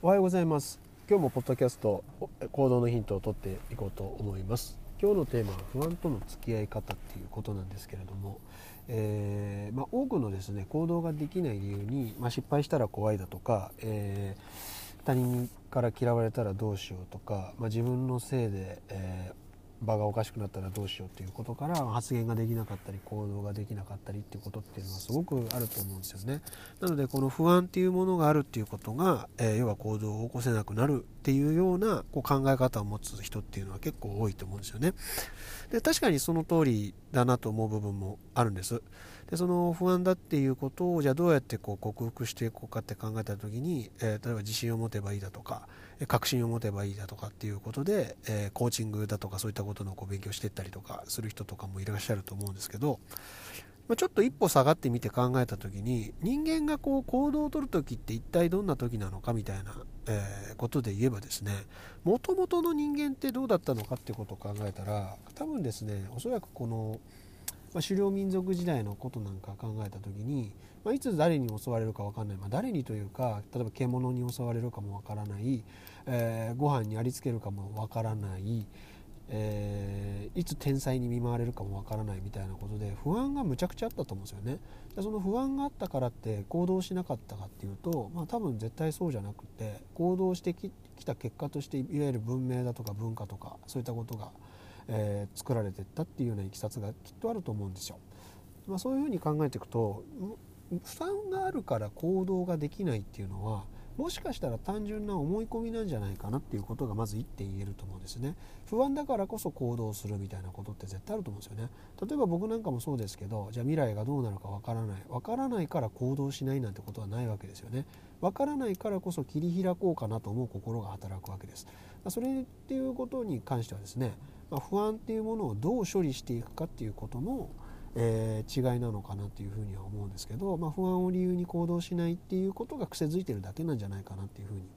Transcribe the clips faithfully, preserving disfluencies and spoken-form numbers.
おはようございます。今日もポッドキャスト行動のヒントを取っていこうと思います。今日のテーマは不安との付き合い方っていうことなんですけれども、えーまあ、多くのですね行動ができない理由に、まあ、失敗したら怖いだとか、えー、他人から嫌われたらどうしようとか、まあ、自分のせいで、えー場がおかしくなったらどうしようということから発言ができなかったり行動ができなかったりっていうことっていうのはすごくあると思うんですよね。なのでこの不安っていうものがあるっていうことが、えー、要は行動を起こせなくなるっていうようなこう考え方を持つ人っていうのは結構多いと思うんですよね。で確かにその通りだなと思う部分もあるんです。でその不安だっていうことをじゃあどうやってこう克服していこうかって考えた時に、えー、例えば自信を持てばいいだとか確信を持てばいいだとかっていうことで、えー、コーチングだとかそういったことのこう勉強していったりとかする人とかもいらっしゃると思うんですけど、まあ、ちょっと一歩下がってみて考えた時に人間がこう行動を取る時って一体どんな時なのかみたいな、えー、ことで言えばですね、もともとの人間ってどうだったのかっていうことを考えたら多分ですね、おそらくこのまあ、狩猟民族時代のことなんか考えた時に、まあ、いつ誰に襲われるか分からない、まあ、誰にというか例えば獣に襲われるかも分からない、えー、ご飯にありつけるかも分からない、えー、いつ天災に見舞われるかも分からないみたいなことで不安がむちゃくちゃあったと思うんですよね。でその不安があったからって行動しなかったかっていうと、まあ、多分絶対そうじゃなくて行動してきた結果としていわゆる文明だとか文化とかそういったことがえー、作られていったっていうようないきさつがきっとあると思うんですよ。まあ、そういうふうに考えていくと負担があるから行動ができないっていうのはもしかしたら単純な思い込みなんじゃないかなっていうことがまず一点言えると思うんですね。不安だからこそ行動するみたいなことって絶対あると思うんですよね。例えば僕なんかもそうですけど、じゃあ未来がどうなるかわからないわからないから行動しないなんてことはないわけですよね。わからないからこそ切り開こうかなと思う心が働くわけです。それっていうことに関してはですね、まあ、不安っていうものをどう処理していくかっていうことの、えー、違いなのかなっていうふうには思うんですけど、まあ、不安を理由に行動しないっていうことが癖づいてるだけなんじゃないかなっていうふうに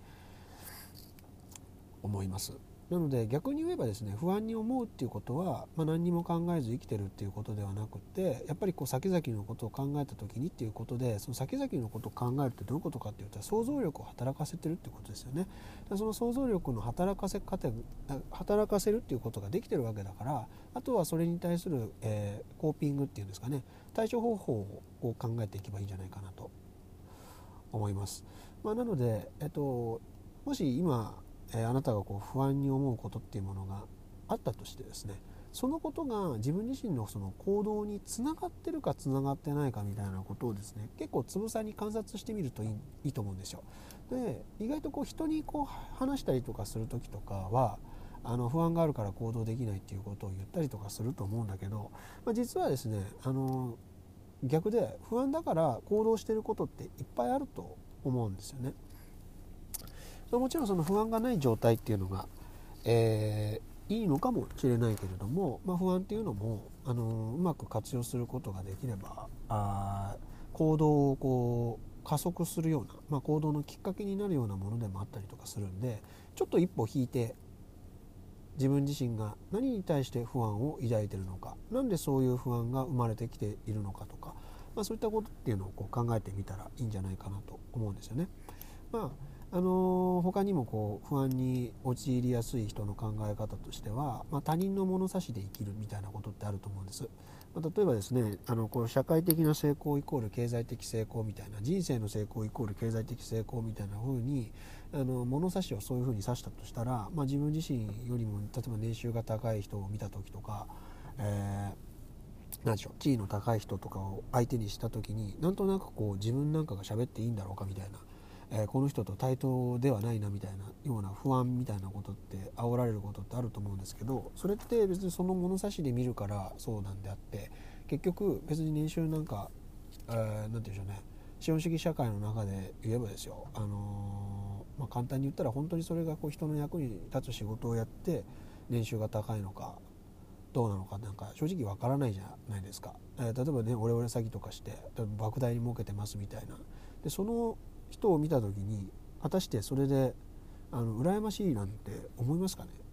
思います。なので逆に言えばですね、不安に思うっていうことは、まあ、何にも考えず生きてるっていうことではなくて、やっぱりこう先々のことを考えた時にっていうことで、その先々のことを考えるってどういうことかっていうと想像力を働かせてるっていうことですよね。その想像力の働かせ方働かせるっていうことができてるわけだから、あとはそれに対する、えー、コーピングっていうんですかね、対処方法を考えていけばいいんじゃないかなと思います。まあ、なので、えっと、もし今あなたがこう不安に思うことっていうものがあったとしてですね、そのことが自分自身のその行動につながってるかつながってないかみたいなことをですね、結構つぶさに観察してみるといい、いいと思うんですよ。で意外とこう人にこう話したりとかする時とかはあの不安があるから行動できないっていうことを言ったりとかすると思うんだけど、まあ、実はですね、あの逆で不安だから行動してることっていっぱいあると思うんですよね。もちろんその不安がない状態っていうのが、えー、いいのかもしれないけれども、まあ、不安っていうのもあのうまく活用することができればあ行動をこう加速するような、まあ、行動のきっかけになるようなものでもあったりとかするんで、ちょっと一歩引いて自分自身が何に対して不安を抱いているのか、なんでそういう不安が生まれてきているのかとか、まあ、そういったことっていうのをこう考えてみたらいいんじゃないかなと思うんですよね。まああのー、他にもこう不安に陥りやすい人の考え方としては、まあ、他人の物差しで生きるみたいなことってあると思うんです。まあ、例えばですね、あのこう社会的な成功イコール経済的成功みたいな、人生の成功イコール経済的成功みたいな風にあの物差しをそういう風に指したとしたら、まあ、自分自身よりも例えば年収が高い人を見た時とか、えーなんでしょう、地位の高い人とかを相手にした時になんとなくこう自分なんかが喋っていいんだろうかみたいな、えー、この人と対等ではないなみたいなような不安みたいなことって煽られることってあると思うんですけど、それって別にその物差しで見るからそうなんであって、結局別に年収なんか、えー、なんて言うんでしょうね、資本主義社会の中で言えばですよ、あのーまあ、簡単に言ったら本当にそれがこう人の役に立つ仕事をやって年収が高いのかどうなのかなんか正直わからないじゃないですか。えー、例えばね、オレオレ詐欺とかして莫大に儲けてますみたいな、でその人を見た時に果たしてそれであの羨ましいなんて思いますかね。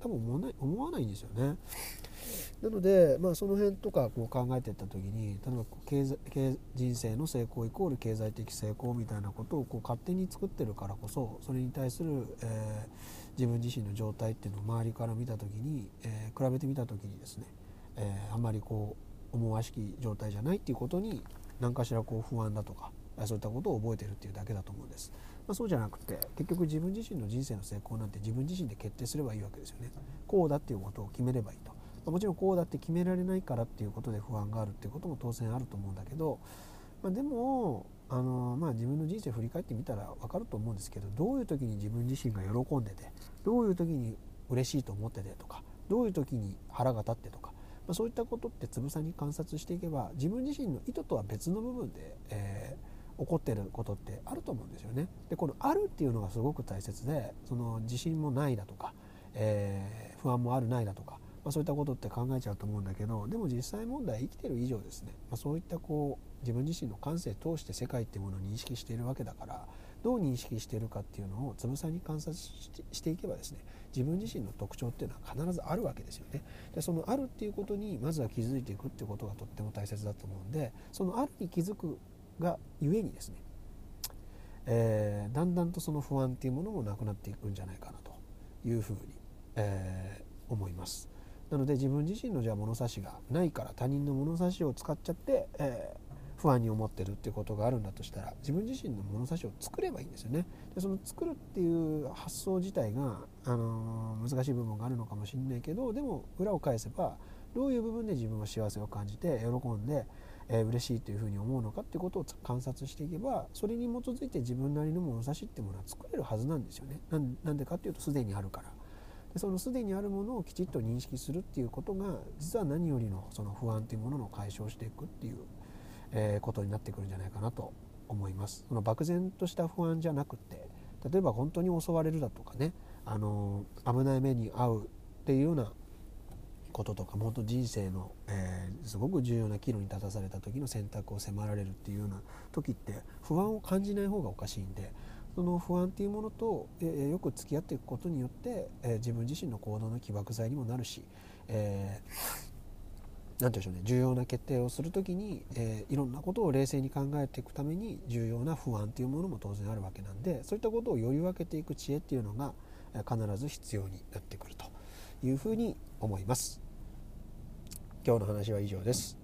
多分思わない、思わないんですよね。なので、まあ、その辺とかこう考えていった時に、例えば経済経人生の成功イコール経済的成功みたいなことをこう勝手に作ってるからこそ、それに対する、えー、自分自身の状態っていうのを周りから見た時に、えー、比べてみた時にですね、えー、あんまりこう思わしき状態じゃないっていうことに何かしらこう不安だとかそういったことを覚えてるっていうだけだと思うんです。まあ、そうじゃなくて、結局自分自身の人生の成功なんて自分自身で決定すればいいわけですよね。こうだっていうことを決めればいいと。もちろんこうだって決められないからっていうことで不安があるっていうことも当然あると思うんだけど、まあ、でもあの、まあ、自分の人生振り返ってみたら分かると思うんですけど、どういう時に自分自身が喜んでて、どういう時に嬉しいと思っててとか、どういう時に腹が立ってとか、まあ、そういったことってつぶさに観察していけば、自分自身の意図とは別の部分で、えー、起こってることってあると思うんですよね。でこのあるっていうのがすごく大切で、その自信もないだとか、えー、不安もあるないだとか、まあ、そういったことって考えちゃうと思うんだけど、でも実際問題生きてる以上ですね、まあ、そういったこう自分自身の感性を通して世界っていうものを認識しているわけだから、どう認識しているかっていうのをつぶさに観察して、していけばですね、自分自身の特徴っていうのは必ずあるわけですよね。でそのあるっていうことにまずは気づいていくっていうことがとっても大切だと思うんで、そのあるに気づくがゆえにですね、えー、だんだんとその不安っていうものもなくなっていくんじゃないかなというふうに、えー、思います。なので自分自身のじゃあ物差しがないから他人の物差しを使っちゃって、えー、不安に思ってるっていうことがあるんだとしたら、自分自身の物差しを作ればいいんですよね。でその作るっていう発想自体が、あのー、難しい部分があるのかもしれないけど、でも裏を返せばどういう部分で自分は幸せを感じて喜んで、えー、嬉しいというふうに思うのかっていうことを観察していけば、それに基づいて自分なりの物差しっていうものは作れるはずなんですよね。な ん, なんでかっていうと、すでにあるから。でそのすでにあるものをきちっと認識するっていうことが、実は何よりのその不安というものの解消していくっていう、えー、ことになってくるんじゃないかなと思います。その漠然とした不安じゃなくて、例えば本当に襲われるだとかね、あのー、危ない目に遭うっていうようなこととか、本当人生の、えー、すごく重要な岐路に立たされた時の選択を迫られるっていうような時って不安を感じない方がおかしいんで、その不安っていうものと、えー、よく付き合っていくことによって、えー、自分自身の行動の起爆剤にもなるし、えー、なんていうんでしょうね、重要な決定をするときに、えー、いろんなことを冷静に考えていくために重要な不安っていうものも当然あるわけなんで、そういったことをより分けていく知恵っていうのが必ず必要になってくるというふうに思います。今日の話は以上です。